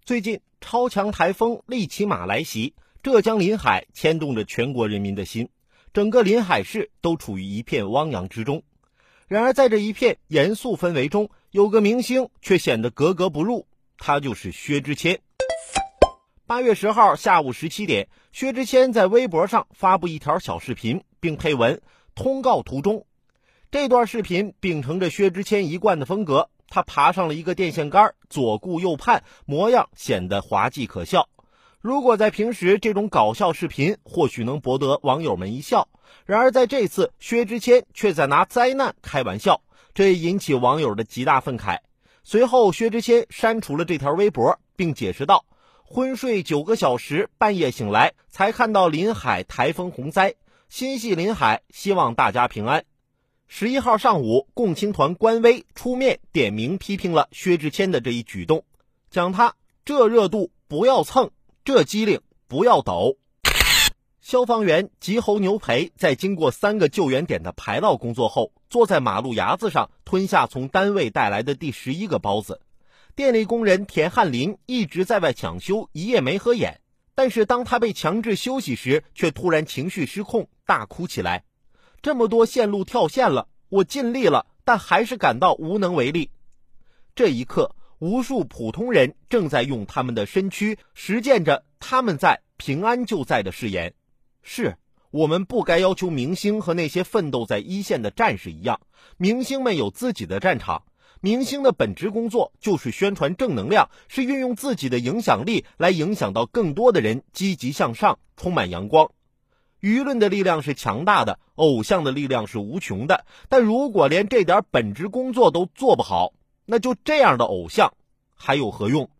最近超强台风利奇马来袭，浙江临海牵动着全国人民的心，整个临海市都处于一片汪洋之中。然而在这一片严肃氛围中，有个明星却显得格格不入，他就是薛之谦。8月10号下午17点，薛之谦在微博上发布一条小视频，并配文通告途中。这段视频秉承着薛之谦一贯的风格，他爬上了一个电线杆，左顾右盼，模样显得滑稽可笑。如果在平时，这种搞笑视频或许能博得网友们一笑，然而在这次，薛之谦却在拿灾难开玩笑，这也引起网友的极大愤慨。随后薛之谦删除了这条微博，并解释道，昏睡9个小时，半夜醒来才看到临海台风洪灾，心系临海，希望大家平安。11号上午，共青团官微出面点名批评了薛之谦的这一举动，讲他这热度不要蹭，这机灵不要抖。消防员吉侯牛培在经过3个救援点的排涝工作后，坐在马路牙子上吞下从单位带来的第11个包子。电力工人田汉林一直在外抢修，一夜没合眼，但是当他被强制休息时，却突然情绪失控，大哭起来。这么多线路跳线了，我尽力了，但还是感到无能为力。这一刻，无数普通人正在用他们的身躯实践着他们在平安就在的誓言。是，我们不该要求明星和那些奋斗在一线的战士一样，明星们有自己的战场，明星的本职工作就是宣传正能量，是运用自己的影响力来影响到更多的人积极向上，充满阳光。舆论的力量是强大的，偶像的力量是无穷的，但如果连这点本职工作都做不好，那就这样的偶像还有何用？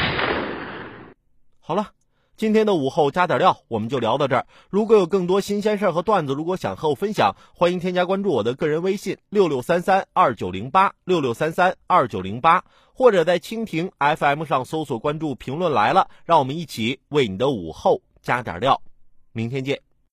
好了，今天的午后加点料我们就聊到这儿。如果有更多新鲜事和段子，如果想和我分享，欢迎添加关注我的个人微信6633290866332908，或者在蜻蜓 FM 上搜索关注评论来了，让我们一起为你的午后加点料。明天见。